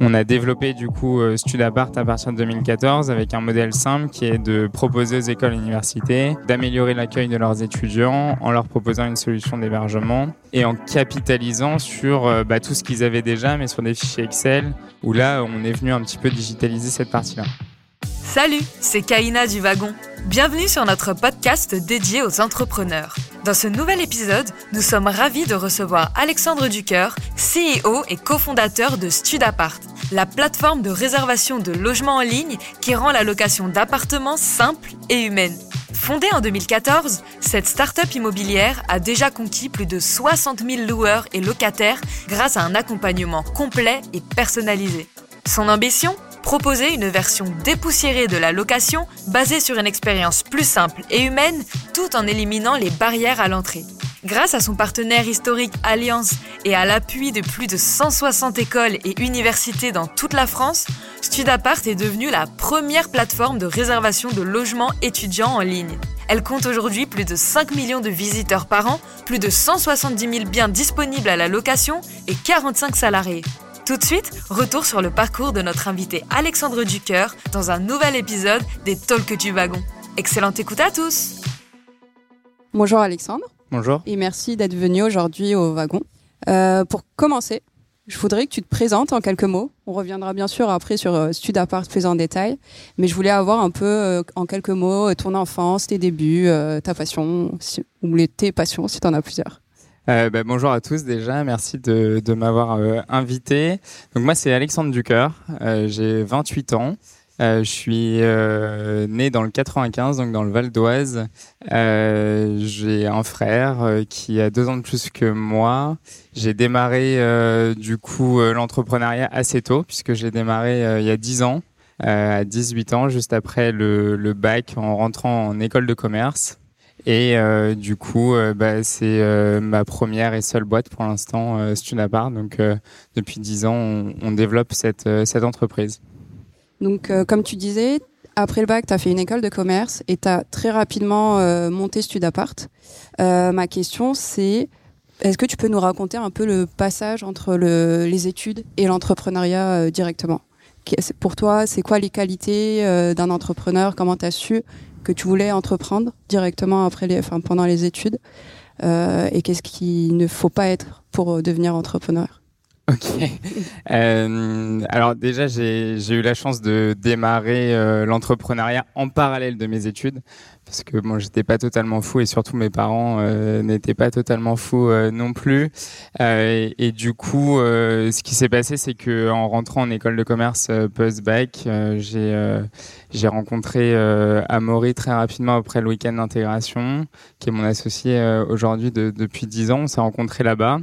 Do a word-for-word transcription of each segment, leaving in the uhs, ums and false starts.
On a développé du coup euh, Studapart à partir de deux mille quatorze avec un modèle simple qui est de proposer aux écoles et universités d'améliorer l'accueil de leurs étudiants en leur proposant une solution d'hébergement et en capitalisant sur euh, bah, tout ce qu'ils avaient déjà mais sur des fichiers Excel où là on est venu un petit peu digitaliser cette partie-là. Salut, c'est Kaina du Wagon. Bienvenue sur notre podcast dédié aux entrepreneurs. Dans ce nouvel épisode, nous sommes ravis de recevoir Alexandre Ducœur, C E O et cofondateur de Studapart, la plateforme de réservation de logements en ligne qui rend la location d'appartements simple et humaine. Fondée en deux mille quatorze, cette start-up immobilière a déjà conquis plus de soixante mille loueurs et locataires grâce à un accompagnement complet et personnalisé. Son ambition ? Proposer une version dépoussiérée de la location basée sur une expérience plus simple et humaine tout en éliminant les barrières à l'entrée. Grâce à son partenaire historique Allianz et à l'appui de plus de cent soixante écoles et universités dans toute la France, Studapart est devenue la première plateforme de réservation de logements étudiants en ligne. Elle compte aujourd'hui plus de cinq millions de visiteurs par an, plus de cent soixante-dix mille biens disponibles à la location et quarante-cinq salariés. Tout de suite, retour sur le parcours de notre invité Alexandre Ducœur dans un nouvel épisode des Talks du Wagon. Excellente écoute à tous. Bonjour Alexandre. Bonjour. Et merci d'être venu aujourd'hui au Wagon. Euh, pour commencer, je voudrais que tu te présentes en quelques mots. On reviendra bien sûr après sur euh, Studapart plus en détail, mais je voulais avoir un peu euh, en quelques mots euh, ton enfance, tes débuts, euh, ta passion, si, ou les, tes passions si tu en as plusieurs. Euh, bah, bonjour à tous déjà, merci de, de m'avoir euh, invité. Donc moi c'est Alexandre Ducœur, euh, j'ai vingt-huit ans, euh, je suis euh, né dans le quatre-vingt-quinze, donc dans le Val d'Oise. Euh, j'ai un frère euh, qui a deux ans de plus que moi. J'ai démarré euh, du coup euh, l'entrepreneuriat assez tôt puisque j'ai démarré euh, il y a dix ans, euh, à dix-huit ans, juste après le, le bac en rentrant en école de commerce. Et euh, du coup, euh, bah, c'est euh, ma première et seule boîte pour l'instant, euh, Studapart. Donc, euh, depuis dix ans, on, on développe cette, euh, cette entreprise. Donc, euh, comme tu disais, après le bac, tu as fait une école de commerce et tu as très rapidement euh, monté Studapart. Euh, ma question, c'est, est-ce que tu peux nous raconter un peu le passage entre le, les études et l'entrepreneuriat euh, directement ? Pour toi, c'est quoi les qualités euh, d'un entrepreneur ? Comment tu as su que tu voulais entreprendre directement après les, enfin, pendant les études euh, et qu'est-ce qu'il ne faut pas être pour devenir entrepreneur ? Ok. euh, alors déjà, j'ai, j'ai eu la chance de démarrer euh, l'entrepreneuriat en parallèle de mes études parce que bon, j'étais pas totalement fou et surtout mes parents euh, n'étaient pas totalement fous euh, non plus. Euh, et, et du coup, euh, ce qui s'est passé, c'est que en rentrant en école de commerce euh, post-bac, euh, j'ai euh, j'ai rencontré euh, Amaury très rapidement après le week-end d'intégration, qui est mon associé euh, aujourd'hui de, depuis dix ans. On s'est rencontrés là-bas.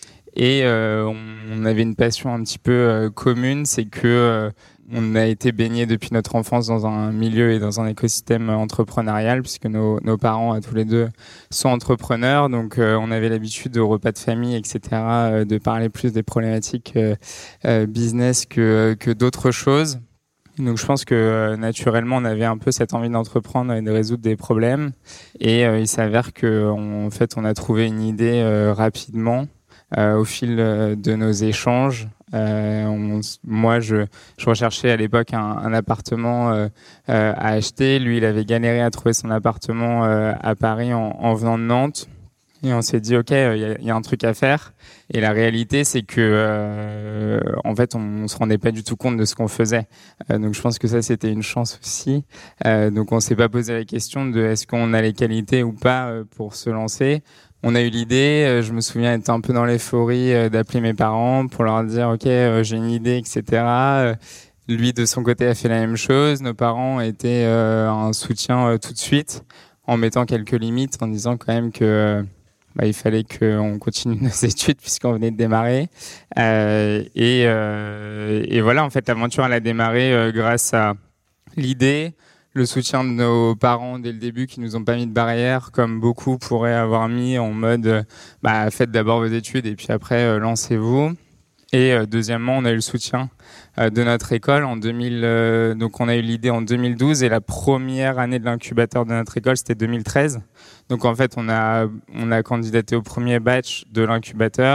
Et euh, on, on avait une passion un petit peu euh, commune, c'est que euh, on a été baigné depuis notre enfance dans un milieu et dans un écosystème entrepreneurial, puisque nos, nos parents, à tous les deux, sont entrepreneurs. Donc, euh, on avait l'habitude au repas de famille, et cetera, euh, de parler plus des problématiques euh, euh, business que, que d'autres choses. Donc, je pense que euh, naturellement, on avait un peu cette envie d'entreprendre et de résoudre des problèmes. Et euh, il s'avère que, on, en fait, on a trouvé une idée euh, rapidement. Euh, au fil euh, de nos échanges, euh, on, moi je, je recherchais à l'époque un, un appartement euh, euh, à acheter. Lui, il avait galéré à trouver son appartement euh, à Paris en, en venant de Nantes. Et on s'est dit, ok, il euh, y, y a un truc à faire. Et la réalité, c'est que, euh, en fait, on, on se rendait pas du tout compte de ce qu'on faisait. Euh, donc, je pense que ça, c'était une chance aussi. Euh, donc, on s'est pas posé la question de est-ce qu'on a les qualités ou pas euh, pour se lancer. On a eu l'idée, euh, je me souviens être un peu dans l'euphorie euh, d'appeler mes parents pour leur dire ok, euh, j'ai une idée, et cetera. Euh, lui de son côté a fait la même chose. Nos parents étaient euh, un soutien euh, tout de suite, en mettant quelques limites, en disant quand même que euh, bah, il fallait qu'on continue nos études puisqu'on venait de démarrer. Euh, et, euh, et voilà, en fait, l'aventure elle a démarré euh, grâce à l'idée. Le soutien de nos parents dès le début qui nous ont pas mis de barrière comme beaucoup pourraient avoir mis en mode bah faites d'abord vos études et puis après euh, lancez-vous. Et euh, deuxièmement, on a eu le soutien euh, de notre école en deux mille euh, donc on a eu l'idée en deux mille douze et la première année de l'incubateur de notre école c'était deux mille treize. Donc en fait, on a on a candidaté au premier batch de l'incubateur.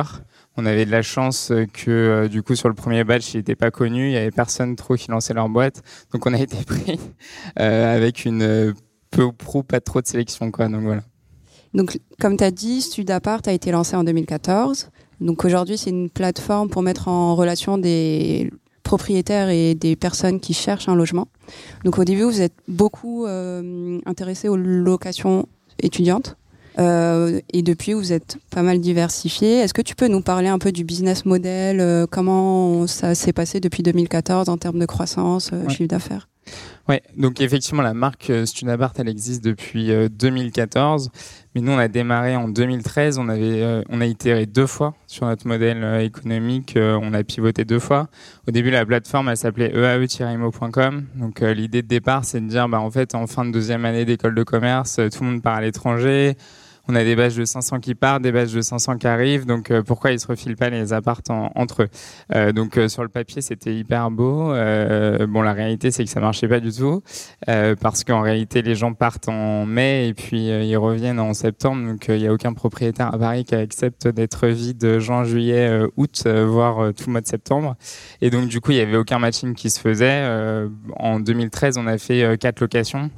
On avait de la chance que euh, du coup sur le premier batch, il n'était pas connu, il y avait personne trop qui lançait leur boîte, donc on a été pris euh, avec une euh, peu ou prou pas trop de sélection quoi. Donc voilà. Donc comme tu as dit, Studapart a été lancé en deux mille quatorze. Donc aujourd'hui, c'est une plateforme pour mettre en relation des propriétaires et des personnes qui cherchent un logement. Donc au début, vous êtes beaucoup euh, intéressé aux locations étudiantes. Euh, et depuis, vous êtes pas mal diversifié. Est-ce que tu peux nous parler un peu du business model, euh, comment ça s'est passé depuis deux mille quatorze en termes de croissance, euh, ouais. chiffre d'affaires? Ouais, donc effectivement, la marque euh, Studapart, elle existe depuis euh, deux mille quatorze, mais nous, on a démarré en deux mille treize. On avait, euh, on a itéré deux fois sur notre modèle euh, économique. Euh, on a pivoté deux fois. Au début, la plateforme, elle s'appelait e a e tiret imo point com. Donc, euh, l'idée de départ, c'est de dire, bah en fait, en fin de deuxième année d'école de commerce, euh, tout le monde part à l'étranger. On a des batchs de cinq cents qui partent, des batchs de cinq cents qui arrivent. Donc, euh, pourquoi ils se refilent pas les apparts en, entre eux euh, Donc, euh, sur le papier, c'était hyper beau. Euh, bon, la réalité, c'est que ça marchait pas du tout euh, parce qu'en réalité, les gens partent en mai et puis euh, ils reviennent en septembre. Donc, il euh, y a aucun propriétaire à Paris qui accepte d'être vide juin, juillet, euh, août, euh, voire euh, tout le mois de septembre. Et donc, du coup, il y avait aucun matching qui se faisait. Euh, en deux mille treize, on a fait euh, quatre locations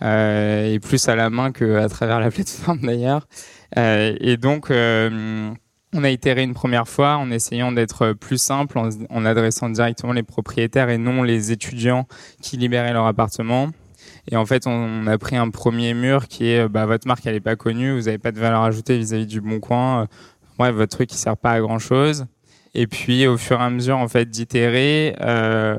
euh, et plus à la main qu'à travers la plateforme d'ailleurs. Euh, et donc, euh, on a itéré une première fois en essayant d'être plus simple, en, en adressant directement les propriétaires et non les étudiants qui libéraient leur appartement. Et en fait, on, on a pris un premier mur qui est, bah, votre marque, elle est pas connue, vous n'avez pas de valeur ajoutée vis-à-vis du Bon Coin. Euh, bref, votre truc, il sert pas à grand chose. Et puis, au fur et à mesure, en fait, d'itérer, euh,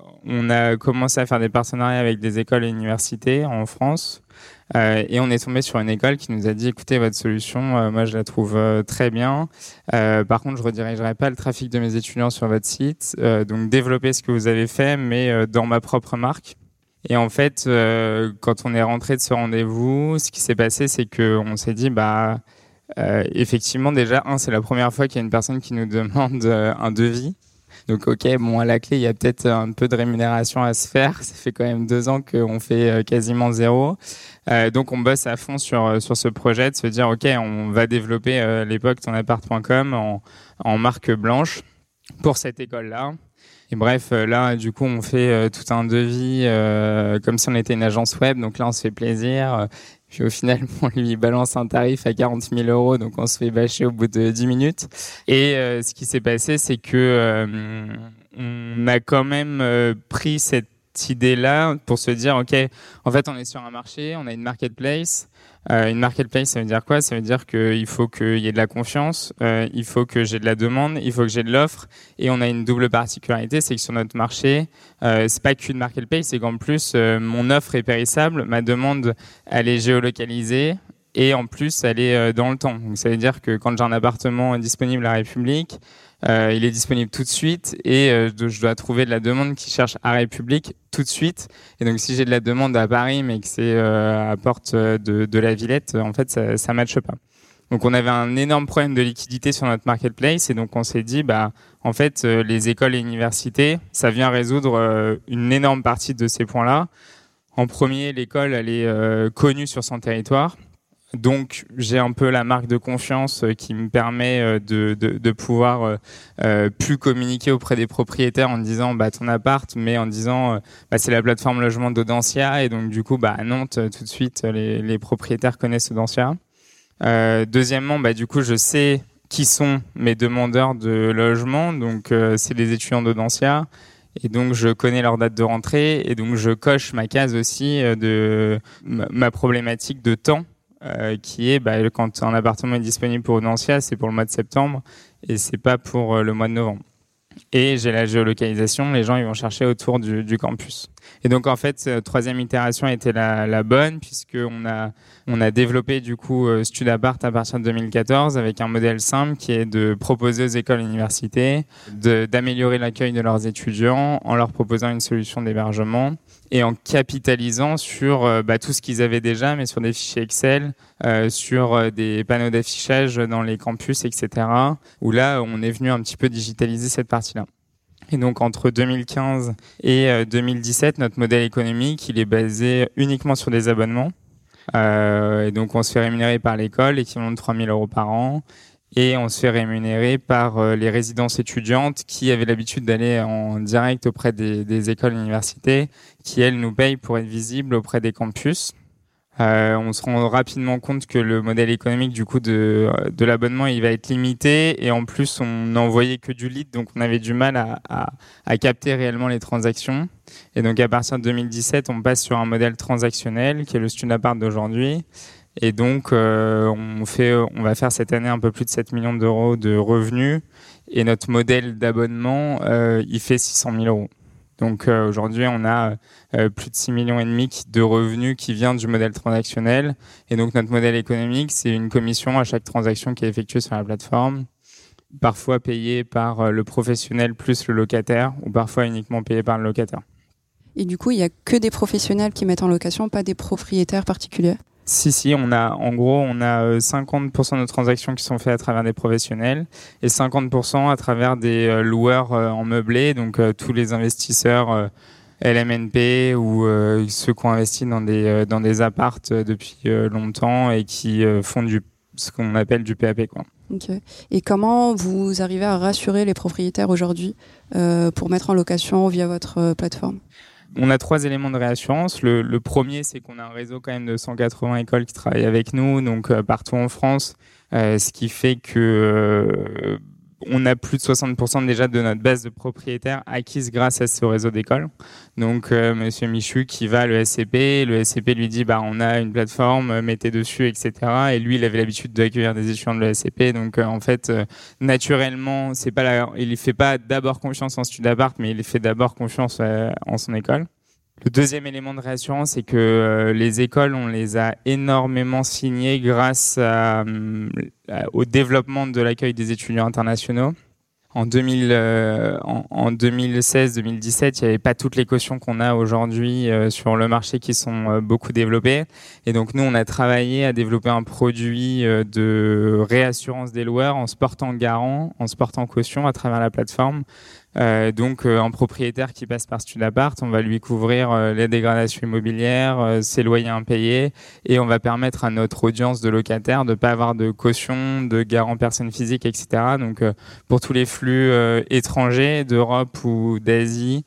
on a commencé à faire des partenariats avec des écoles et universités en France. Euh, et on est tombé sur une école qui nous a dit écoutez, votre solution, euh, moi je la trouve euh, très bien. Euh, par contre, je redirigerai pas le trafic de mes étudiants sur votre site. Euh, donc développez ce que vous avez fait, mais euh, dans ma propre marque. Et en fait, euh, quand on est rentré de ce rendez-vous, ce qui s'est passé, c'est que on s'est dit bah euh, effectivement déjà un, c'est la première fois qu'il y a une personne qui nous demande euh, un devis. Donc ok, bon à la clé il y a peut-être un peu de rémunération à se faire. Ça fait quand même deux ans qu'on fait euh, quasiment zéro. Euh, donc on bosse à fond sur sur ce projet de se dire ok, on va développer euh, à l'époque tonappart point com en en marque blanche pour cette école-là. Et bref, euh, là du coup on fait euh, tout un devis euh, comme si on était une agence web. Donc là on se fait plaisir. Puis au final, on lui balance un tarif à quarante mille euros, donc on se fait bâcher au bout de dix minutes. Et euh, ce qui s'est passé, c'est que euh, on a quand même euh, pris cette idée-là pour se dire, ok, en fait, on est sur un marché, on a une marketplace. Euh, une marketplace, ça veut dire quoi ? Ça veut dire qu'il faut qu'il y ait de la confiance, euh, il faut que j'ai de la demande, il faut que j'ai de l'offre. Et on a une double particularité, c'est que sur notre marché, euh, c'est pas qu'une marketplace, c'est qu'en plus, euh, mon offre est périssable, ma demande, elle est géolocalisée. Et en plus, elle est euh, dans le temps. Donc, ça veut dire que quand j'ai un appartement disponible à République, euh, il est disponible tout de suite et euh, je dois trouver de la demande qui cherche à République tout de suite. Et donc, si j'ai de la demande à Paris, mais que c'est euh, à porte de, de la Villette, en fait, ça, ça matche pas. Donc, on avait un énorme problème de liquidité sur notre marketplace et donc on s'est dit, bah, en fait, euh, les écoles et universités, ça vient résoudre euh, une énorme partie de ces points-là. En premier, l'école, elle est euh, connue sur son territoire. Donc, j'ai un peu la marque de confiance qui me permet de, de, de pouvoir euh, plus communiquer auprès des propriétaires en disant bah, ton appart, mais en disant bah, c'est la plateforme logement d'Audencia. Et donc, du coup, bah, à Nantes, tout de suite, les, les propriétaires connaissent Audencia. Euh, deuxièmement, bah, du coup, je sais qui sont mes demandeurs de logement. Donc, euh, c'est les étudiants d'Audencia. Et donc, je connais leur date de rentrée. Et donc, je coche ma case aussi de ma problématique de temps. Euh, qui est bah, quand un appartement est disponible pour Audencia, c'est pour le mois de septembre et c'est pas pour euh, le mois de novembre. Et j'ai la géolocalisation, les gens ils vont chercher autour du, du campus. Et donc en fait, cette troisième itération a été la, la bonne puisque on a on a développé du coup euh, Studapart à partir de deux mille quatorze avec un modèle simple qui est de proposer aux écoles et universités de, d'améliorer l'accueil de leurs étudiants en leur proposant une solution d'hébergement et en capitalisant sur euh, bah, tout ce qu'ils avaient déjà, mais sur des fichiers Excel, euh, sur euh, des panneaux d'affichage dans les campus, et cetera. Où là, on est venu un petit peu digitaliser cette partie-là. Et donc, entre deux mille quinze et euh, deux mille dix-sept, notre modèle économique, il est basé uniquement sur des abonnements. Euh, et donc, on se fait rémunérer par l'école, équivalent de trois mille euros par an. Et on se fait rémunérer par euh, les résidences étudiantes qui avaient l'habitude d'aller en direct auprès des, des écoles et universités, qui, elles, nous payent pour être visibles auprès des campus. Euh, on se rend rapidement compte que le modèle économique du coup de, de l'abonnement il va être limité et en plus on n'envoyait que du lead, donc on avait du mal à, à, à capter réellement les transactions. Et donc à partir de deux mille dix-sept, on passe sur un modèle transactionnel qui est le Studapart d'aujourd'hui. Et donc euh, on fait, on va faire cette année un peu plus de sept millions d'euros de revenus et notre modèle d'abonnement euh, il fait six cent mille euros. Donc euh, aujourd'hui, on a euh, plus de six millions et demi de revenus qui viennent du modèle transactionnel. Et donc notre modèle économique, c'est une commission à chaque transaction qui est effectuée sur la plateforme, parfois payée par euh, le professionnel plus le locataire, ou parfois uniquement payée par le locataire. Et du coup, il y a que des professionnels qui mettent en location, pas des propriétaires particuliers? Si, si, on a, en gros, on a cinquante pour cent de nos transactions qui sont faites à travers des professionnels et cinquante pour cent à travers des euh, loueurs euh, en meublé, donc euh, tous les investisseurs euh, L M N P ou euh, ceux qui ont investi dans des, euh, dans des appartes euh, depuis euh, longtemps et qui euh, font du, ce qu'on appelle du P A P, quoi. Ok. Et comment vous arrivez à rassurer les propriétaires aujourd'hui euh, pour mettre en location via votre euh, plateforme? On a trois éléments de réassurance. Le, le premier, c'est qu'on a un réseau quand même de cent quatre-vingts écoles qui travaillent avec nous, donc euh, partout en France, euh, ce qui fait que euh, on a plus de soixante pour cent déjà de notre base de propriétaires acquise grâce à ce réseau d'écoles. Donc, euh, Monsieur Michu qui va à l'E S C P, le S C P lui dit, bah, on a une plateforme, mettez dessus, et cetera. Et lui, il avait l'habitude d'accueillir des étudiants de l'E S C P. Donc, euh, en fait, euh, naturellement, c'est pas la, il fait pas d'abord confiance en Studapart, mais il fait d'abord confiance euh, en son école. Le deuxième élément de réassurance, c'est que euh, les écoles, on les a énormément signées grâce à, à, au développement de l'accueil des étudiants internationaux. En, deux mille, euh, en, en deux mille seize deux mille dix-sept, il n'y avait pas toutes les cautions qu'on a aujourd'hui euh, sur le marché qui sont euh, beaucoup développées. Et donc, nous, on a travaillé à développer un produit euh, de réassurance des loueurs en se portant garant, en se portant caution à travers la plateforme. Euh, donc euh, un propriétaire qui passe par Studapart, on va lui couvrir euh, les dégradations immobilières, euh, ses loyers impayés, et on va permettre à notre audience de locataires de pas avoir de caution, de garant personne physique, et cetera. Donc euh, pour tous les flux euh, étrangers d'Europe ou d'Asie,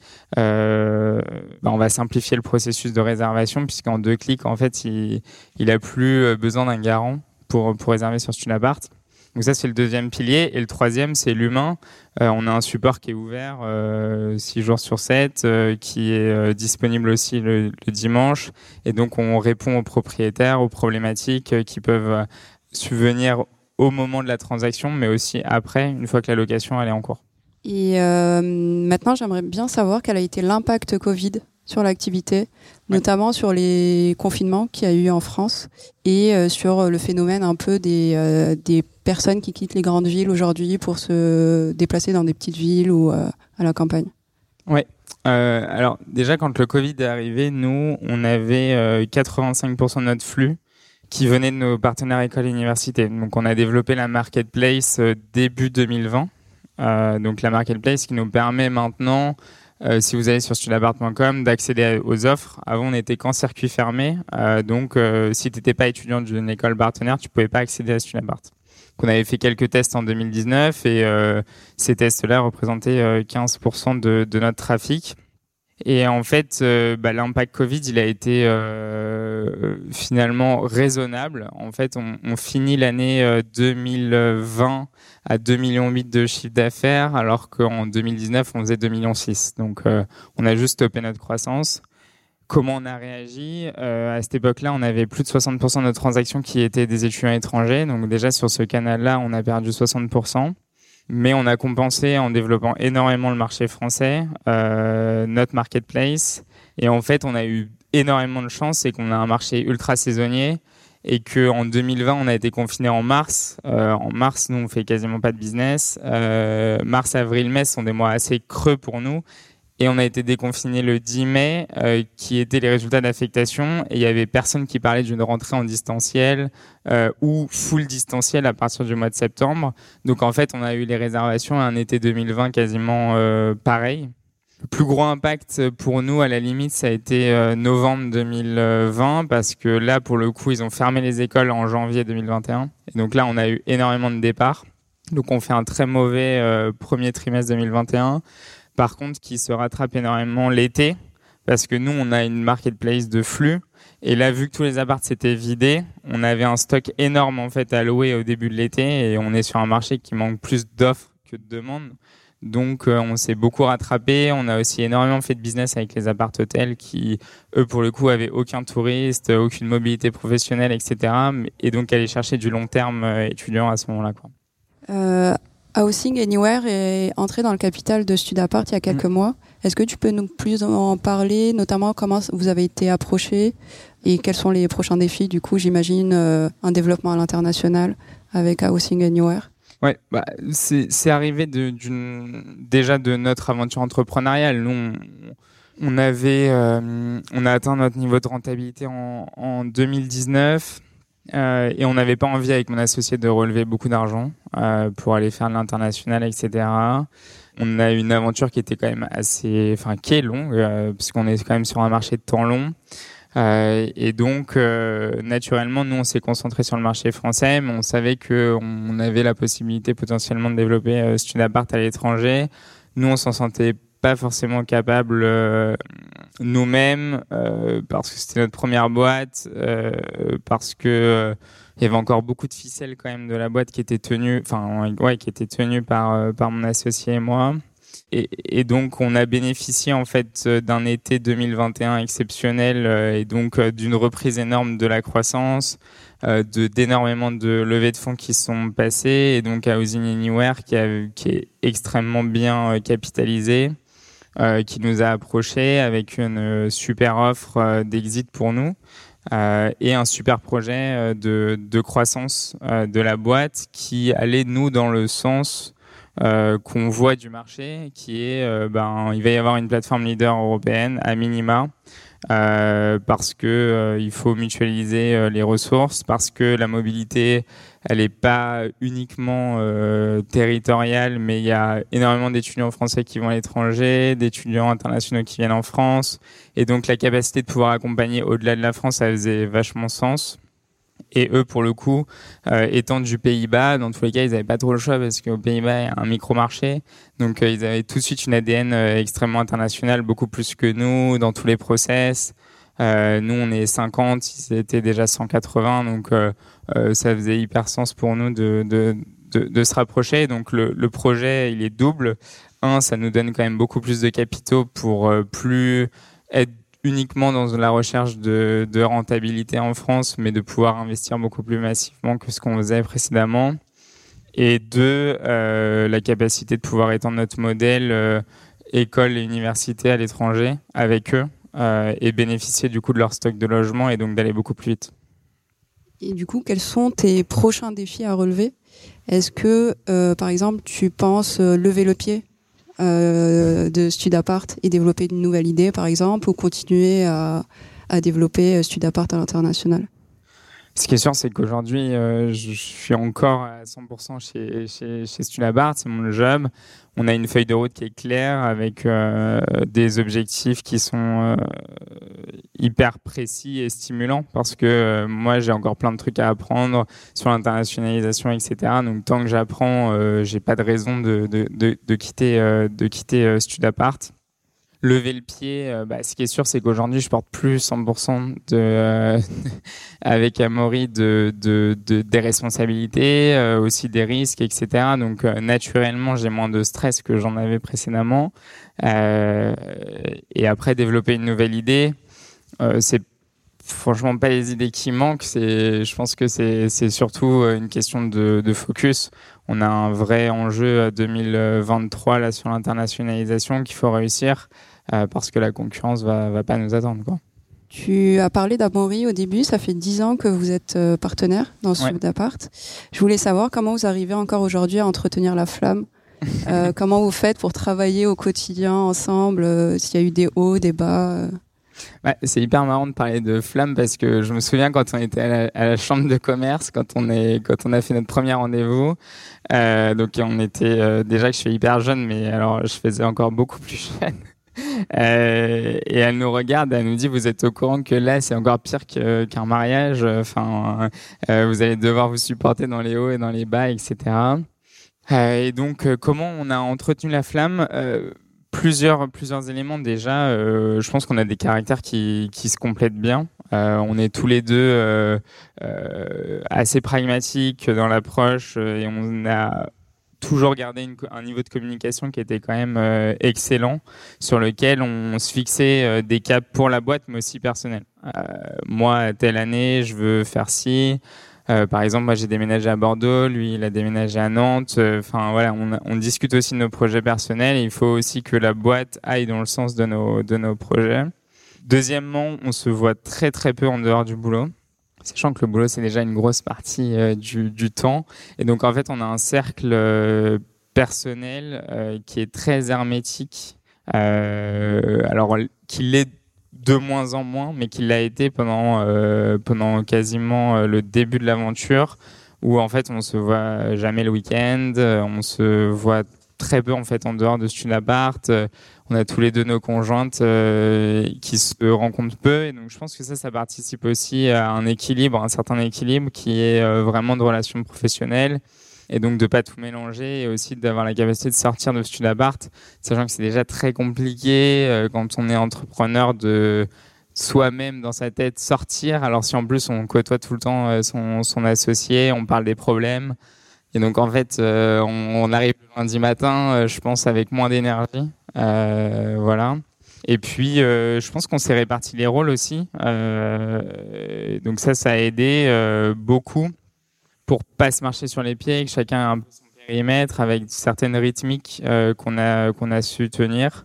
euh, bah, on va simplifier le processus de réservation puisqu'en deux clics en fait il il a plus besoin d'un garant pour pour réserver sur Studapart. Donc ça, c'est le deuxième pilier. Et le troisième, c'est l'humain. Euh, on a un support qui est ouvert euh, six jours sur sept, euh, qui est euh, disponible aussi le, le dimanche. Et donc, on répond aux propriétaires, aux problématiques euh, qui peuvent euh, subvenir au moment de la transaction, mais aussi après, une fois que la location elle est en cours. Et euh, maintenant, j'aimerais bien savoir quel a été l'impact Covid sur l'activité, ouais. Notamment sur les confinements qu'il y a eu en France et euh, sur le phénomène un peu des, euh, des personnes qui quittent les grandes villes aujourd'hui pour se déplacer dans des petites villes ou euh, à la campagne. Ouais. Euh, alors déjà, quand le Covid est arrivé, nous, on avait euh, quatre-vingt-cinq pour cent de notre flux qui venait de nos partenaires écoles et universités. Donc, on a développé la marketplace euh, début deux mille vingt. Euh, donc, la marketplace qui nous permet maintenant, Euh, si vous allez sur studapart point com, d'accéder aux offres. Avant, on n'était qu'en circuit fermé. Euh, donc, euh, si tu n'étais pas étudiant d'une école partenaire, tu ne pouvais pas accéder à Studapart. Donc, on avait fait quelques tests en deux mille dix-neuf et euh, ces tests-là représentaient euh, quinze pour cent de, de notre trafic. Et en fait, euh, bah, l'impact Covid, il a été euh, finalement raisonnable. En fait, on, on finit l'année euh, deux mille vingt à deux virgule huit millions de chiffre d'affaires, alors qu'en deux mille dix-neuf, on faisait deux virgule six millions. Donc, euh, on a juste stoppé notre croissance. Comment on a réagi euh, à cette époque-là, on avait plus de soixante pour cent de nos transactions qui étaient des étudiants étrangers. Donc déjà, sur ce canal-là, on a perdu soixante pour cent. Mais on a compensé en développant énormément le marché français, euh, notre marketplace. Et en fait, on a eu énormément de chance, c'est qu'on a un marché ultra saisonnier et qu'en deux mille vingt, on a été confiné en mars. Euh, en mars, nous, on fait quasiment pas de business. Euh, mars, avril, mai sont des mois assez creux pour nous. Et on a été déconfiné le dix mai, euh, qui étaient les résultats d'affectation. Et il y avait personne qui parlait d'une rentrée en distanciel euh, ou full distanciel à partir du mois de septembre. Donc en fait, on a eu les réservations à un été deux mille vingt quasiment euh, pareil. Le plus gros impact pour nous, à la limite, ça a été euh, novembre deux mille vingt, parce que là, pour le coup, ils ont fermé les écoles en janvier deux mille vingt et un. Et donc là, on a eu énormément de départs. Donc on fait un très mauvais euh, premier trimestre deux mille vingt et un. Par contre, qui se rattrape énormément l'été, parce que nous, on a une marketplace de flux. Et là, vu que tous les apparts s'étaient vidés, on avait un stock énorme en fait à louer au début de l'été, et on est sur un marché qui manque plus d'offres que de demandes. Donc, euh, on s'est beaucoup rattrapé. On a aussi énormément fait de business avec les appart-hôtels qui, eux, pour le coup, avaient aucun touriste, aucune mobilité professionnelle, et cetera. Et donc, aller chercher du long terme euh, étudiant à ce moment-là, quoi. Euh, Housing Anywhere est entré dans le capital de Studapart il y a quelques mmh. mois. Est-ce que tu peux nous plus en parler, notamment comment vous avez été approché et quels sont les prochains défis? Du coup, j'imagine euh, un développement à l'international avec Housing Anywhere. Ouais, bah c'est c'est arrivé de d'une déjà de notre aventure entrepreneuriale. Nous, on, on avait euh, on a atteint notre niveau de rentabilité en en deux mille dix-neuf euh, et on n'avait pas envie avec mon associé de relever beaucoup d'argent euh, pour aller faire de l'international, et cetera. On a une aventure qui était quand même assez, enfin qui est longue euh, puisqu'on est quand même sur un marché de temps long. Euh, et donc, euh, naturellement, nous, on s'est concentré sur le marché français, mais on savait que on avait la possibilité potentiellement de développer euh, Studapart à l'étranger. Nous, on s'en sentait pas forcément capable euh, nous-mêmes euh, parce que c'était notre première boîte, euh, parce que euh, il y avait encore beaucoup de ficelles quand même de la boîte qui était tenue, enfin ouais, qui était tenue par euh, par mon associé et moi. Et, et donc, on a bénéficié en fait d'un été deux mille vingt et un exceptionnel euh, et donc euh, d'une reprise énorme de la croissance, euh, de d'énormément de levées de fonds qui sont passées, et donc Housing Anywhere qui, a, qui est extrêmement bien euh, capitalisé, euh, qui nous a approchés avec une euh, super offre euh, d'exit pour nous euh, et un super projet euh, de, de croissance euh, de la boîte qui allait nous dans le sens Euh, qu'on voit du marché, qui est euh, ben il va y avoir une plateforme leader européenne à minima euh, parce que euh, il faut mutualiser euh, les ressources, parce que la mobilité elle est pas uniquement euh, territoriale, mais il y a énormément d'étudiants français qui vont à l'étranger, d'étudiants internationaux qui viennent en France, et donc la capacité de pouvoir accompagner au-delà de la France, ça faisait vachement sens. Et eux, pour le coup, euh, étant du Pays-Bas, dans tous les cas, ils n'avaient pas trop le choix parce qu'aux Pays-Bas, il y a un micro-marché. Donc, euh, ils avaient tout de suite une A D N euh, extrêmement internationale, beaucoup plus que nous, dans tous les process. Euh, nous, on est cinquante, ils étaient déjà cent quatre-vingts. Donc, euh, euh, ça faisait hyper sens pour nous de, de, de, de se rapprocher. Donc, le, le projet, il est double. Un, ça nous donne quand même beaucoup plus de capitaux pour euh, plus être uniquement dans la recherche de, de rentabilité en France, mais de pouvoir investir beaucoup plus massivement que ce qu'on faisait précédemment. Et deux, euh, la capacité de pouvoir étendre notre modèle euh, école et université à l'étranger avec eux euh, et bénéficier du coup de leur stock de logement et donc d'aller beaucoup plus vite. Et du coup, quels sont tes prochains défis à relever? Est-ce que, euh, par exemple, tu penses euh, lever le pied Euh, de Studapart et développer une nouvelle idée, par exemple, ou continuer à, à développer Studapart à l'international? Ce qui est sûr, c'est qu'aujourd'hui, euh, je suis encore à cent pour cent chez, chez, chez Studapart, c'est mon job. On a une feuille de route qui est claire avec euh, des objectifs qui sont euh, hyper précis et stimulants parce que euh, moi, j'ai encore plein de trucs à apprendre sur l'internationalisation, et cetera. Donc, tant que j'apprends, euh, j'ai pas de raison de, de, de, de quitter, euh, de quitter euh, Studapart. Lever le pied, euh, bah, ce qui est sûr, c'est qu'aujourd'hui, je porte plus cent pour cent de, euh, avec Amaury de, de, de, des responsabilités, euh, aussi des risques, et cetera. Donc, euh, naturellement, j'ai moins de stress que j'en avais précédemment. Euh, et après, développer une nouvelle idée, euh, c'est franchement pas les idées qui manquent. C'est, je pense que c'est, c'est surtout une question de, de focus. On a un vrai enjeu deux mille vingt-trois là sur l'internationalisation qu'il faut réussir. Euh, parce que la concurrence va, va pas nous attendre, quoi. Tu as parlé d'Amaury au début, ça fait dix ans que vous êtes euh, partenaire dans Studapart. Ouais. Je voulais savoir comment vous arrivez encore aujourd'hui à entretenir la flamme. euh, comment vous faites pour travailler au quotidien ensemble, euh, s'il y a eu des hauts, des bas euh... Ouais, c'est hyper marrant de parler de flamme parce que je me souviens quand on était à la, à la chambre de commerce, quand on est, quand on a fait notre premier rendez-vous. Euh, donc on était euh, déjà que je suis hyper jeune, mais alors je faisais encore beaucoup plus jeune. Euh, et elle nous regarde, elle nous dit, vous êtes au courant que là, c'est encore pire que, qu'un mariage. Enfin, euh, vous allez devoir vous supporter dans les hauts et dans les bas, et cetera. Euh, et donc, euh, comment on a entretenu la flamme? euh, Plusieurs, plusieurs éléments déjà. Euh, je pense qu'on a des caractères qui, qui se complètent bien. Euh, on est tous les deux euh, euh, assez pragmatiques dans l'approche euh, et on a toujours gardé une, un niveau de communication qui était quand même euh, excellent, sur lequel on se fixait euh, des caps pour la boîte, mais aussi personnels. Euh, moi, telle année, je veux faire ci. Euh, par exemple, moi j'ai déménagé à Bordeaux, lui il a déménagé à Nantes. Enfin euh, voilà, on, on discute aussi de nos projets personnels. Et il faut aussi que la boîte aille dans le sens de nos de nos projets. Deuxièmement, on se voit très très peu en dehors du boulot, sachant que le boulot c'est déjà une grosse partie euh, du du temps. Et donc en fait, on a un cercle euh, personnel euh, qui est très hermétique. Euh, alors qu'il l'est de moins en moins, mais qu'il l'a été pendant euh, pendant quasiment euh, le début de l'aventure, où en fait on se voit jamais le week-end, euh, on se voit très peu en fait en dehors de Studapart. Euh, on a tous les deux nos conjointes euh, qui se rencontrent peu, et donc je pense que ça, ça participe aussi à un équilibre, un certain équilibre qui est euh, vraiment de relations professionnelles. Et donc de pas tout mélanger et aussi d'avoir la capacité de sortir de Studapart, sachant que c'est déjà très compliqué euh, quand on est entrepreneur de soi-même dans sa tête sortir. Alors si en plus on côtoie tout le temps euh, son, son associé, on parle des problèmes. Et donc en fait euh, on, on arrive le lundi matin, euh, je pense avec moins d'énergie. Euh, voilà. Et puis euh, je pense qu'on s'est réparti les rôles aussi. Euh, donc ça, ça a aidé euh, beaucoup, pour pas se marcher sur les pieds, que chacun a un peu son périmètre avec certaines rythmiques euh, qu'on a qu'on a su tenir.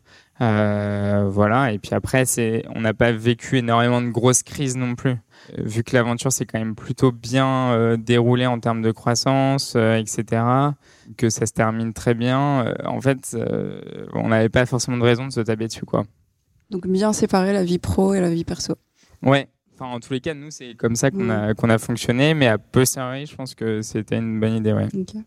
Euh, voilà. Et puis après, c'est on n'a pas vécu énormément de grosses crises non plus. Euh, vu que l'aventure s'est quand même plutôt bien euh, déroulée en termes de croissance, euh, et cetera. Que ça se termine très bien. Euh, en fait, euh, on n'avait pas forcément de raison de se taper dessus, quoi. Donc bien séparer la vie pro et la vie perso. Ouais. Enfin, en tous les cas, nous, c'est comme ça qu'on a, qu'on a fonctionné, mais à posteriori, je pense que c'était une bonne idée, ouais. Okay.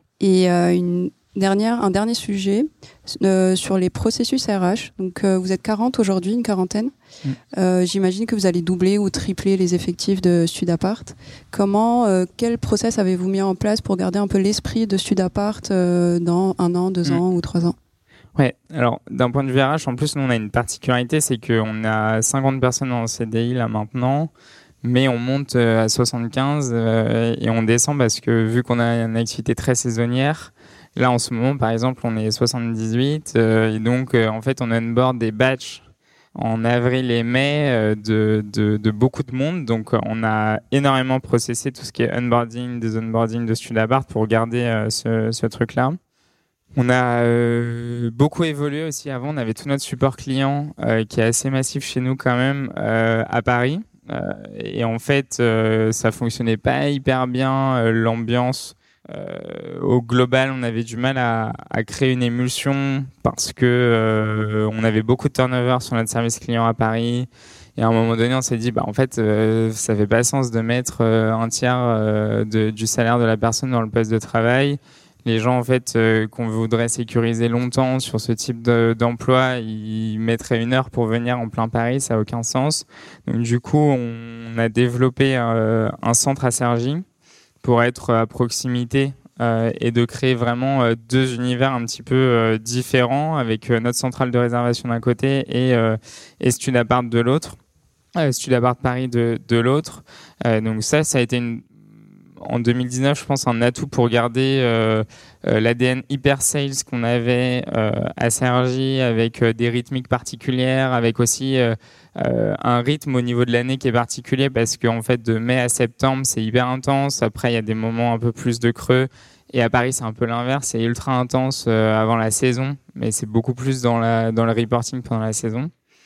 Et euh, une dernière, un dernier sujet euh, sur les processus R H. Donc, euh, vous êtes quarante aujourd'hui, une quarantaine. Mm. Euh, j'imagine que vous allez doubler ou tripler les effectifs de Studapart. Comment, euh, quel process avez-vous mis en place pour garder un peu l'esprit de Studapart euh, dans un an, deux mm. ans ou trois ans? Ouais, alors d'un point de vue R H, en plus nous on a une particularité, c'est qu'on a cinquante personnes en C D I là maintenant, mais on monte à soixante-quinze euh, et on descend parce que vu qu'on a une activité très saisonnière, là en ce moment par exemple on est soixante-dix-huit euh, et donc euh, en fait on onboard des batchs en avril et mai euh, de, de, de beaucoup de monde, donc on a énormément processé tout ce qui est onboarding, des onboarding de Studapart pour garder euh, ce, ce truc-là. On a euh, beaucoup évolué aussi. Avant, on avait tout notre support client euh, qui est assez massif chez nous quand même euh, à Paris. Euh, et en fait, euh, ça fonctionnait pas hyper bien. Euh, l'ambiance euh, au global, on avait du mal à, à créer une émulsion parce que euh, on avait beaucoup de turnover sur notre service client à Paris. Et à un moment donné, on s'est dit, bah en fait, euh, ça fait pas sens de mettre euh, un tiers euh, de, du salaire de la personne dans le poste de travail. Les gens, en fait, euh, qu'on voudrait sécuriser longtemps sur ce type de, d'emploi, ils mettraient une heure pour venir en plein Paris, ça n'a aucun sens. Donc, du coup, on a développé euh, un centre à Cergy pour être à proximité euh, et de créer vraiment euh, deux univers un petit peu euh, différents avec euh, notre centrale de réservation d'un côté et, euh, et Studapart de l'autre, euh, Studapart Paris de, de l'autre. Euh, donc ça, ça a été une en deux mille dix-neuf, je pense, un atout pour garder euh, euh, l'A D N hyper sales qu'on avait euh, à Cergy, avec euh, des rythmiques particulières, avec aussi euh, euh, un rythme au niveau de l'année qui est particulier parce qu'en fait, de mai à septembre, c'est hyper intense. Après, il y a des moments un peu plus de creux. Et à Paris, c'est un peu l'inverse. C'est ultra intense euh, avant la saison, mais c'est beaucoup plus dans, la, dans le reporting pendant la saison.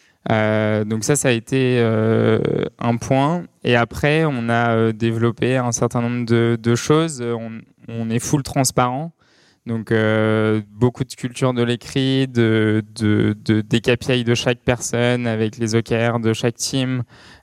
Euh, donc ça, ça a été euh, un point. Et après, on a euh, développé un certain nombre de, de choses. On, on est full transparent. Donc euh, beaucoup de culture de l'écrit, de, de, de, des K P I de chaque personne avec les O K R de chaque team.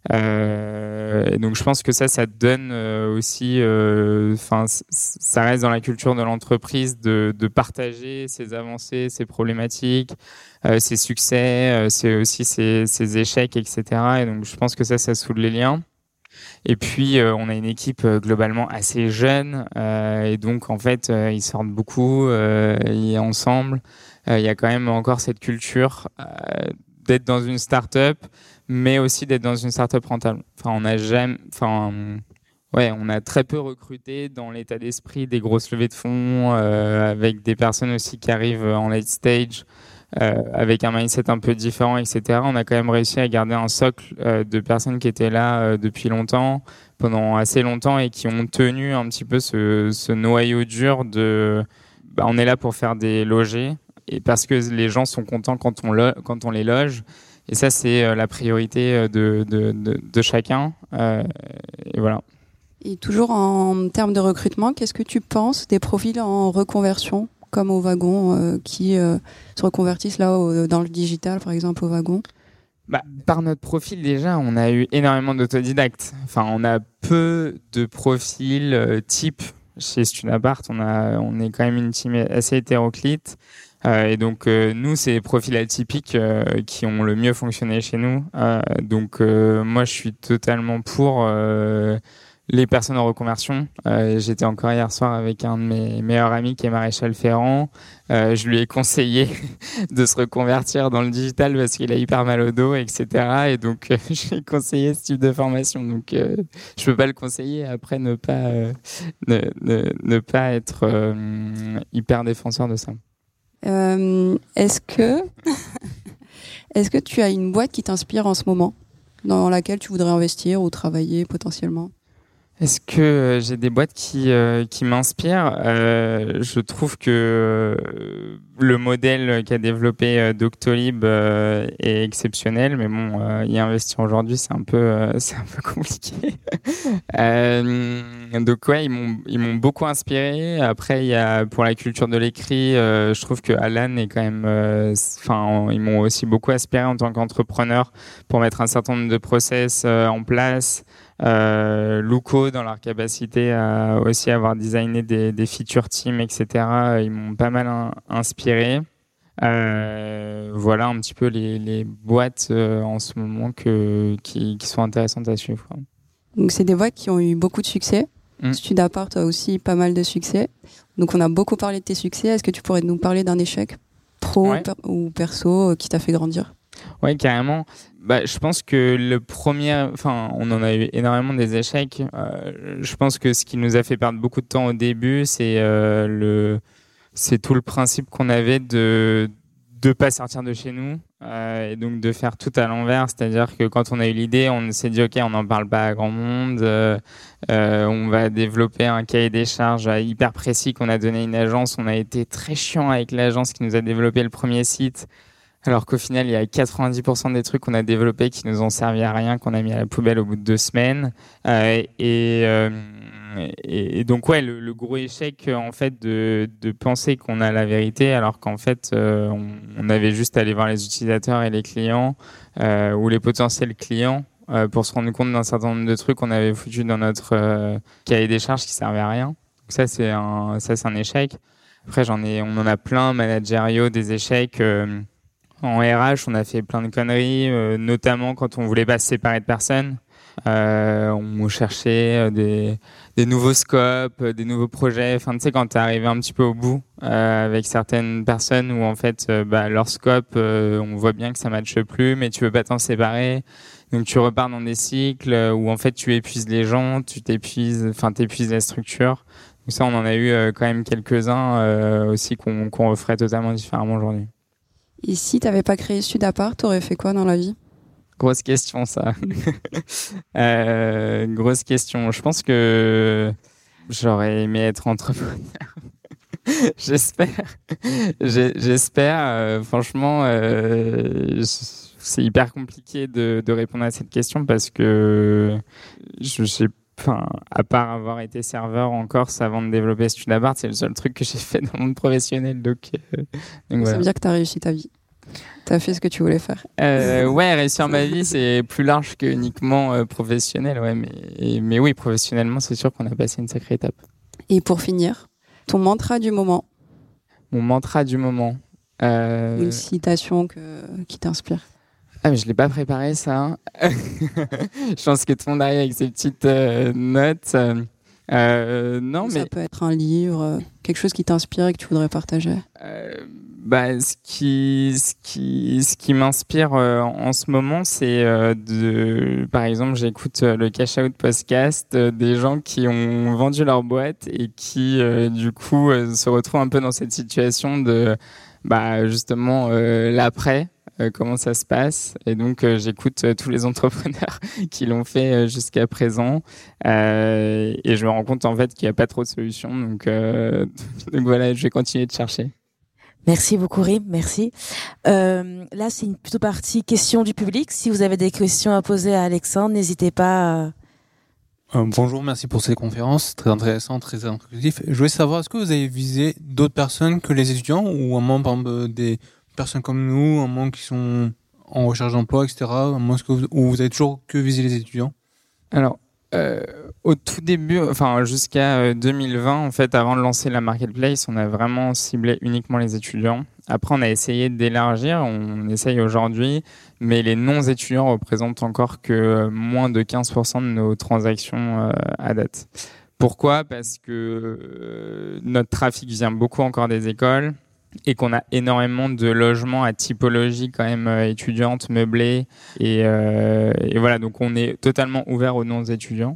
Euh, et donc je pense que ça, ça donne euh, aussi, enfin, euh, ça reste dans la culture de l'entreprise de, de partager ses avancées, ses problématiques, euh, ses succès, euh, c'est aussi ses, ses échecs, et cetera. Et donc, je pense que ça, ça soude les liens. Et puis, euh, on a une équipe euh, globalement assez jeune. Euh, et donc, en fait, euh, ils sortent beaucoup, euh, ils sont ensemble. Il euh, y a quand même encore cette culture euh, d'être dans une start-up, mais aussi d'être dans une start-up rentable. Enfin, on a jamais... Enfin, ouais, on a très peu recruté dans l'état d'esprit des grosses levées de fonds, euh, avec des personnes aussi qui arrivent en late stage, euh, avec un mindset un peu différent, et cetera. On a quand même réussi à garder un socle euh, de personnes qui étaient là euh, depuis longtemps, pendant assez longtemps, et qui ont tenu un petit peu ce, ce noyau dur de bah, on est là pour faire des logés, et parce que les gens sont contents quand on, lo- quand on les loge. Et ça, c'est euh, la priorité de, de, de, de chacun. Euh, et voilà. Et toujours en termes de recrutement, qu'est-ce que tu penses des profils en reconversion, comme au wagon, euh, qui euh, se reconvertissent là au, dans le digital, par exemple, au wagon? Bah, par notre profil, déjà, on a eu énormément d'autodidactes. Enfin, on a peu de profils euh, type chez Studapart. On, a, on est quand même une team assez hétéroclite. Euh, et donc, euh, nous, c'est les profils atypiques euh, qui ont le mieux fonctionné chez nous. Euh, donc, euh, moi, je suis totalement pour... Euh, les personnes en reconversion. Euh, j'étais encore hier soir avec un de mes meilleurs amis qui est maréchal ferrant. Euh, je lui ai conseillé de se reconvertir dans le digital parce qu'il a hyper mal au dos, et cetera. Et donc, euh, je lui ai conseillé ce type de formation. Donc, euh, je peux pas le conseiller. Après, ne pas, euh, ne, ne, ne pas être euh, hyper défenseur de ça. Euh, est-ce que, est-ce que tu as une boîte qui t'inspire en ce moment, dans laquelle tu voudrais investir ou travailler potentiellement? Est-ce que euh, j'ai des boîtes qui euh, qui m'inspirent? euh, Je trouve que euh, le modèle qu'a développé euh, Doctolib euh, est exceptionnel, mais bon, euh, y investir aujourd'hui, c'est un peu euh, c'est un peu compliqué. euh, donc ouais, ils m'ont ils m'ont beaucoup inspiré. Après, il y a pour la culture de l'écrit, euh, je trouve que Alan est quand même, enfin, euh, ils m'ont aussi beaucoup inspiré en tant qu'entrepreneur pour mettre un certain nombre de process euh, en place. Euh, Luco, dans leur capacité à aussi avoir designé des, des feature teams, et cetera. Ils m'ont pas mal in- inspiré. Euh, voilà un petit peu les, les boîtes euh, en ce moment que, qui, qui sont intéressantes à suivre. Donc, c'est des boîtes qui ont eu beaucoup de succès. Mm. Studapart a aussi pas mal de succès. Donc, on a beaucoup parlé de tes succès. Est-ce que tu pourrais nous parler d'un échec pro Ouais. per- ou perso euh, qui t'a fait grandir? Ouais, carrément. Bah, je pense que le premier, enfin, on en a eu énormément des échecs. Euh, je pense que ce qui nous a fait perdre beaucoup de temps au début, c'est euh, le, c'est tout le principe qu'on avait de de pas sortir de chez nous euh, et donc de faire tout à l'envers. C'est-à-dire que quand on a eu l'idée, on s'est dit ok, on n'en parle pas à grand monde. Euh, euh, on va développer un cahier des charges hyper précis qu'on a donné à une agence. On a été très chiant avec l'agence qui nous a développé le premier site. Alors qu'au final, il y a quatre-vingt-dix pour cent des trucs qu'on a développés qui nous ont servi à rien, qu'on a mis à la poubelle au bout de deux semaines. Euh, et, euh, et, et donc, ouais, le, le gros échec, en fait, de, de penser qu'on a la vérité, alors qu'en fait, euh, on, on avait juste à aller voir les utilisateurs et les clients, euh, ou les potentiels clients, euh, pour se rendre compte d'un certain nombre de trucs qu'on avait foutus dans notre euh, cahier des charges qui servaient à rien. Donc ça, c'est un, ça, c'est un échec. Après, j'en ai, on en a plein, managériaux, des échecs. Euh, En R H, on a fait plein de conneries, euh, notamment quand on voulait pas se séparer de personnes. Euh, on cherchait des, des nouveaux scopes, des nouveaux projets. Enfin, tu sais, quand t'es arrivé un petit peu au bout euh, avec certaines personnes où en fait, euh, bah, leur scope, euh, on voit bien que ça matche plus, mais tu veux pas t'en séparer. Donc tu repars dans des cycles où en fait tu épuises les gens, tu t'épuises, enfin t'épuises la structure. Donc ça, on en a eu euh, quand même quelques-uns euh, aussi qu'on, qu'on referait totalement différemment aujourd'hui. Et si t'avais pas créé Studapart, t'aurais fait quoi dans la vie? Grosse question, ça. euh, grosse question. Je pense que j'aurais aimé être entrepreneur. J'espère. J'ai, j'espère. Euh, franchement, euh, c'est hyper compliqué de, de répondre à cette question parce que je sais Enfin, à part avoir été serveur en Corse avant de développer Studapart, c'est le seul truc que j'ai fait dans le monde professionnel. Donc, euh, donc ça voilà. veut dire que t'as réussi ta vie. T'as fait ce que tu voulais faire. Euh, ouais, réussir ma vie, c'est plus large que uniquement euh, professionnel. Ouais, mais, mais oui, professionnellement, c'est sûr qu'on a passé une sacrée étape. Et pour finir, ton mantra du moment? Mon mantra du moment. Euh... Une citation que, qui t'inspire. Ah, mais je l'ai pas préparé, ça. Je pense que tout le monde arrive avec ses petites euh, notes. Euh, non, ça mais... Ça peut être un livre, quelque chose qui t'inspire et que tu voudrais partager. Euh, bah, ce qui, ce qui, ce qui m'inspire euh, en ce moment, c'est euh, de, par exemple, j'écoute euh, le Cash Out podcast euh, des gens qui ont vendu leur boîte et qui, euh, du coup, euh, se retrouvent un peu dans cette situation de, bah, justement, euh, l'après. Euh, comment ça se passe, et donc euh, j'écoute euh, tous les entrepreneurs qui l'ont fait euh, jusqu'à présent, euh, et je me rends compte en fait qu'il n'y a pas trop de solutions, donc, euh, donc voilà, je vais continuer de chercher. Merci beaucoup Rim, merci. Euh, là c'est une plutôt partie questions du public. Si vous avez des questions à poser à Alexandre, n'hésitez pas. À... Euh, bonjour, merci pour cette conférence, très intéressant, très instructif. Je voulais savoir, est-ce que vous avez visé d'autres personnes que les étudiants, ou un membre par exemple, des personnes comme nous, un moment qui sont en recherche d'emploi, et cetera. Un moment que vous, où vous avez toujours que visé les étudiants? Alors, euh, au tout début, enfin jusqu'à deux mille vingt, en fait, avant de lancer la marketplace, on a vraiment ciblé uniquement les étudiants. Après, on a essayé d'élargir, on essaye aujourd'hui, mais les non-étudiants représentent encore que moins de quinze pour cent de nos transactions euh, à date. Pourquoi ? Parce que euh, notre trafic vient beaucoup encore des écoles, et qu'on a énormément de logements à typologie quand même euh, étudiante, meublée, et, euh, et voilà, donc on est totalement ouvert aux non-étudiants,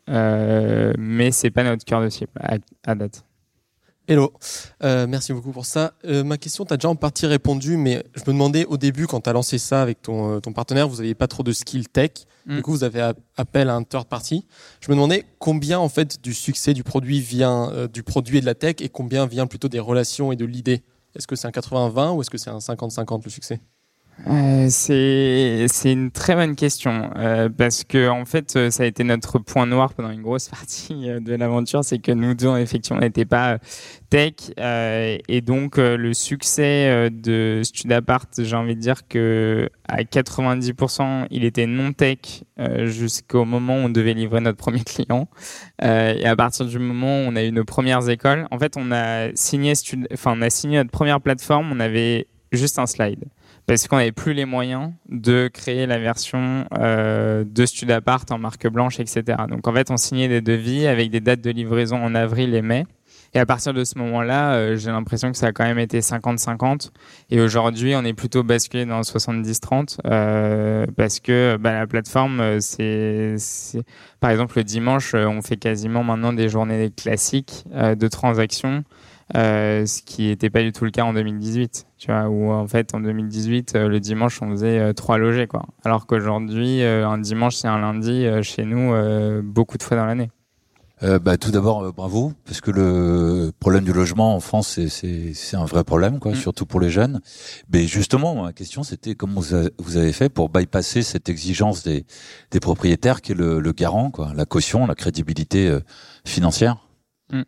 euh, mais c'est pas notre cœur de cible à, à date. Hello, euh, merci beaucoup pour ça. Euh, ma question, tu as déjà en partie répondu, mais je me demandais au début, quand tu as lancé ça avec ton, euh, ton partenaire, vous n'aviez pas trop de skill tech, mm. du coup vous avez a- appel à un third party. Je me demandais combien en fait du succès du produit vient euh, du produit et de la tech, et combien vient plutôt des relations et de l'idée. Est-ce que c'est un quatre-vingts vingt ou est-ce que c'est un cinquante cinquante le succès ? Euh, c'est c'est une très bonne question, euh, parce que en fait ça a été notre point noir pendant une grosse partie de l'aventure, c'est que nous deux effectivement n'étions pas tech, euh, et donc euh, le succès de Studapart, j'ai envie de dire que à quatre-vingt-dix pour cent il était non tech euh, jusqu'au moment où on devait livrer notre premier client, euh, et à partir du moment où on a eu nos premières écoles, en fait on a signé Stud- enfin on a signé notre première plateforme, on avait juste un slide. Parce qu'on n'avait plus les moyens de créer la version euh, de Studapart en marque blanche, et cetera. Donc en fait, on signait des devis avec des dates de livraison en avril et mai. Et à partir de ce moment-là, euh, j'ai l'impression que ça a quand même été cinquante cinquante. Et aujourd'hui, on est plutôt basculé dans soixante-dix trente, euh, parce que bah, la plateforme, c'est, c'est... Par exemple, le dimanche, on fait quasiment maintenant des journées classiques euh, de transactions. Euh, ce qui n'était pas du tout le cas en deux mille dix-huit, tu vois, où en fait en deux mille dix-huit euh, le dimanche on faisait euh, trois logés, quoi, alors qu'aujourd'hui euh, un dimanche c'est un lundi euh, chez nous euh, beaucoup de fois dans l'année. Euh, bah, tout d'abord euh, bravo, parce que le problème du logement en France c'est c'est c'est un vrai problème, quoi, mmh. surtout pour les jeunes. Mais justement ma question c'était comment vous, a, vous avez fait pour bypasser cette exigence des des propriétaires qui est le, le garant, quoi, la caution, la crédibilité euh, financière. Mmh.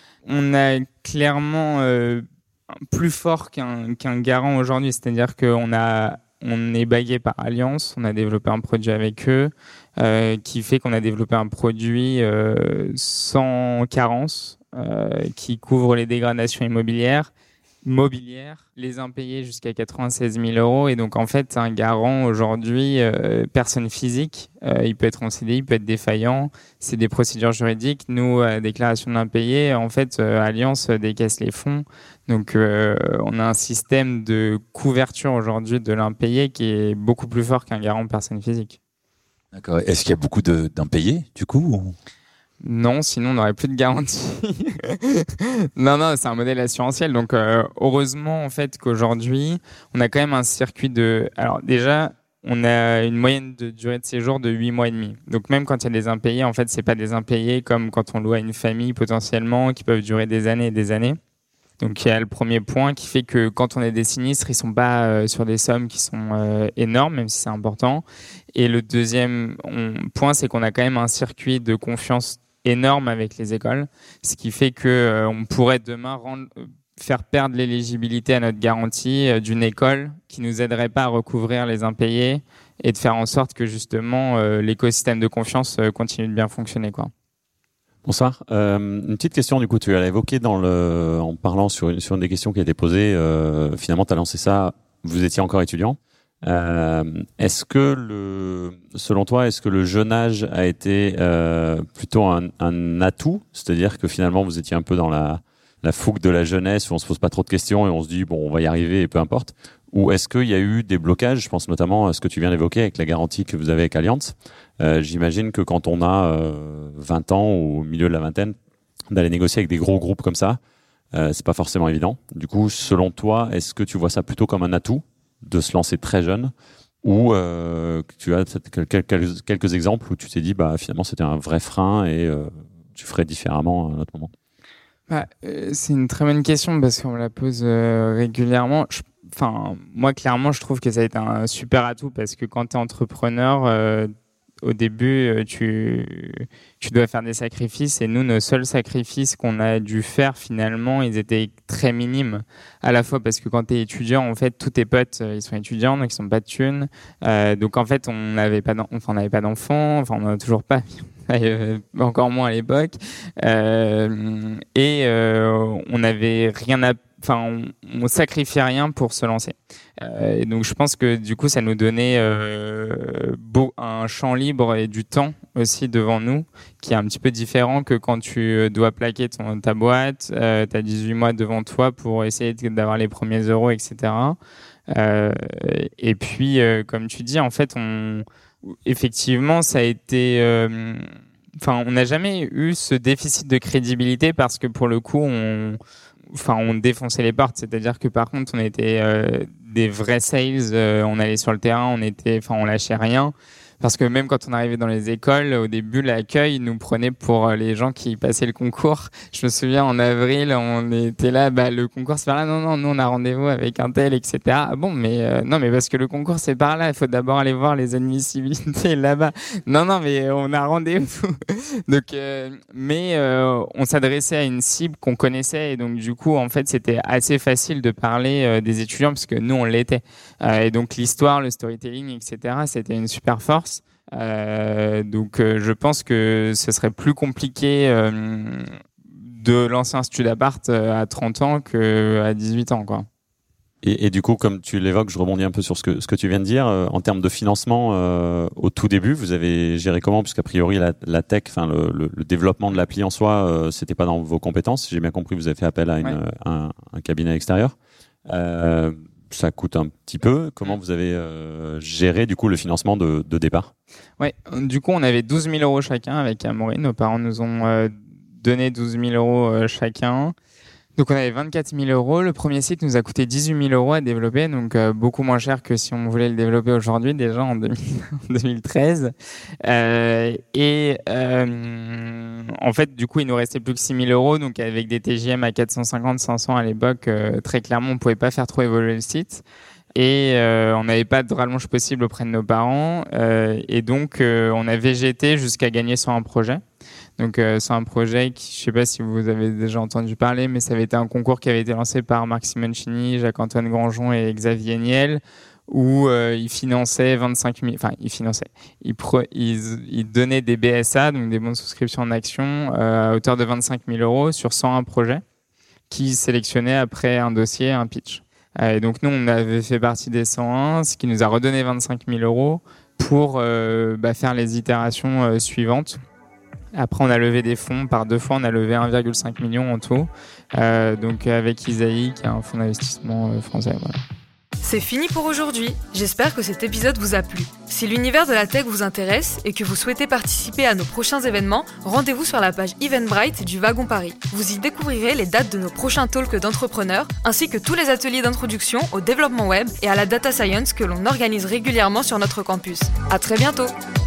On a clairement euh, plus fort qu'un, qu'un garant aujourd'hui, c'est-à-dire qu'on a, on est bagué par Allianz, on a développé un produit avec eux, euh, qui fait qu'on a développé un produit euh, sans carence, euh, qui couvre les dégradations immobilières, mobilières, les impayés jusqu'à quatre-vingt-seize mille euros. Et donc, en fait, un garant aujourd'hui, euh, personne physique, euh, il peut être en C D I, il peut être défaillant. C'est des procédures juridiques. Nous, euh, déclaration d'impayés, en fait, euh, Allianz décaisse les fonds. Donc, euh, on a un système de couverture aujourd'hui de l'impayé qui est beaucoup plus fort qu'un garant personne physique. D'accord. Est-ce qu'il y a beaucoup de, d'impayés, du coup ou... Non, sinon on n'aurait plus de garantie. non, non, c'est un modèle assurantiel. Donc, euh, heureusement, en fait, qu'aujourd'hui, on a quand même un circuit de... Alors, déjà, on a une moyenne de durée de séjour de huit mois et demi. Donc, même quand il y a des impayés, en fait, c'est pas des impayés comme quand on loue à une famille, potentiellement, qui peuvent durer des années et des années. Donc, il y a le premier point qui fait que quand on a des sinistres, ils sont pas euh, sur des sommes qui sont euh, énormes, même si c'est important. Et le deuxième on, point, c'est qu'on a quand même un circuit de confiance énorme avec les écoles, ce qui fait que euh, on pourrait demain rendre, faire perdre l'éligibilité à notre garantie euh, d'une école qui nous aiderait pas à recouvrir les impayés et de faire en sorte que justement euh, l'écosystème de confiance euh, continue de bien fonctionner, quoi. Bonsoir. Euh, une petite question, du coup, tu l'as évoqué dans le, en parlant sur une, sur une des questions qui a été posée. Euh, finalement, tu as lancé ça, vous étiez encore étudiant. Euh, est-ce que le, selon toi, est-ce que le jeune âge a été euh, plutôt un, un atout, c'est-à-dire que finalement vous étiez un peu dans la, la fougue de la jeunesse où on se pose pas trop de questions et on se dit bon on va y arriver et peu importe, ou est-ce qu'il y a eu des blocages? Je pense notamment à ce que tu viens d'évoquer avec la garantie que vous avez avec Allianz. Euh, j'imagine que quand on a euh, vingt ans ou au milieu de la vingtaine, d'aller négocier avec des gros groupes comme ça, euh, c'est pas forcément évident. Du coup, selon toi, est-ce que tu vois ça plutôt comme un atout de se lancer très jeune, ou euh, tu as quelques, quelques exemples où tu t'es dit bah finalement c'était un vrai frein et euh, tu ferais différemment à un autre moment? Bah, euh, c'est une très bonne question parce qu'on me la pose euh, régulièrement. Je, enfin, moi clairement je trouve que ça a été un super atout parce que quand tu es entrepreneur, euh, au début, tu, tu dois faire des sacrifices et nous, nos seuls sacrifices qu'on a dû faire finalement, ils étaient très minimes. À la fois parce que quand tu es étudiant, en fait, tous tes potes, ils sont étudiants, donc ils sont pas de thunes. Euh, donc en fait, on n'avait pas, enfin, on n'avait pas d'enfants, enfin, on n'en a toujours pas. Euh, encore moins à l'époque. Euh, et euh, on n'avait rien à Enfin, on, on sacrifiait rien pour se lancer. Euh, et donc, je pense que du coup, ça nous donnait euh, beau, un champ libre et du temps aussi devant nous, qui est un petit peu différent que quand tu dois plaquer ton, ta boîte, euh, tu as dix-huit mois devant toi pour essayer d'avoir les premiers euros, et cetera. Euh, et puis, euh, comme tu dis, en fait, on, effectivement, ça a été... Euh, enfin, on n'a jamais eu ce déficit de crédibilité parce que pour le coup, on... Enfin, on défonçait les portes, c'est-à-dire que par contre, on était euh, des vrais sales, euh, on allait sur le terrain, on était, enfin, on lâchait rien. Parce que même quand on arrivait dans les écoles, au début, l'accueil nous prenait pour les gens qui passaient le concours. Je me souviens, en avril, on était là, bah, le concours, c'est par là. Non, non, nous, on a rendez-vous avec un tel, et cetera. Ah bon, mais euh, non, mais parce que le concours, c'est par là. Il faut d'abord aller voir les admissibilités là-bas. Non, non, mais on a rendez-vous. donc, euh, mais euh, on s'adressait à une cible qu'on connaissait. Et donc, du coup, en fait, c'était assez facile de parler euh, des étudiants parce que nous, on l'était. Euh, et donc, l'histoire, le storytelling, et cetera, c'était une super force. Euh, donc euh, je pense que ce serait plus compliqué euh, de lancer un Studapart à trente ans qu'à dix-huit ans, quoi. Et, et du coup, comme tu l'évoques, je rebondis un peu sur ce que, ce que tu viens de dire. Euh, en termes de financement, euh, au tout début, vous avez géré comment? Puisqu'a priori, la, la tech, enfin le, le, le développement de l'appli en soi, euh, c'était pas dans vos compétences. J'ai bien compris, vous avez fait appel à une, ouais. un, un cabinet extérieur. Euh, ça coûte un petit peu. Comment vous avez euh, géré du coup le financement de, de départ? Ouais, du coup, on avait douze mille euros chacun avec Amaury. Nos parents nous ont euh, donné douze mille euros euh, chacun. Donc on avait vingt-quatre mille euros. Le premier site nous a coûté dix-huit mille euros à développer, donc euh, beaucoup moins cher que si on voulait le développer aujourd'hui, déjà en deux mille treize. Euh, et euh, en fait, du coup, il nous restait plus que six mille euros, donc avec des T J M à quatre cent cinquante, cinq cents à l'époque, euh, très clairement, on pouvait pas faire trop évoluer le site. Et euh, on n'avait pas de rallonge possible auprès de nos parents. Euh, et donc, euh, on a végété jusqu'à gagner sur un projet. Donc, euh, c'est un projet qui, je sais pas si vous avez déjà entendu parler, mais ça avait été un concours qui avait été lancé par Marc Simoncini, Jacques-Antoine Granjon et Xavier Niel, où euh, ils finançaient vingt-cinq mille, enfin, ils finançaient, ils, pro, ils, ils donnaient des B S A, donc des bons de souscription en actions, euh, à hauteur de vingt-cinq mille euros sur cent un projets, qui sélectionnaient après un dossier, un pitch. Euh, et donc, nous, on avait fait partie des cent un, ce qui nous a redonné vingt-cinq mille euros pour euh, bah, faire les itérations euh, suivantes. Après, on a levé des fonds. Par deux fois, on a levé un virgule cinq million en tout. Euh, donc, avec Isaïe, qui est un fonds d'investissement euh, français. Voilà. C'est fini pour aujourd'hui. J'espère que cet épisode vous a plu. Si l'univers de la tech vous intéresse et que vous souhaitez participer à nos prochains événements, rendez-vous sur la page Eventbrite du Wagon Paris. Vous y découvrirez les dates de nos prochains talks d'entrepreneurs, ainsi que tous les ateliers d'introduction au développement web et à la data science que l'on organise régulièrement sur notre campus. À très bientôt!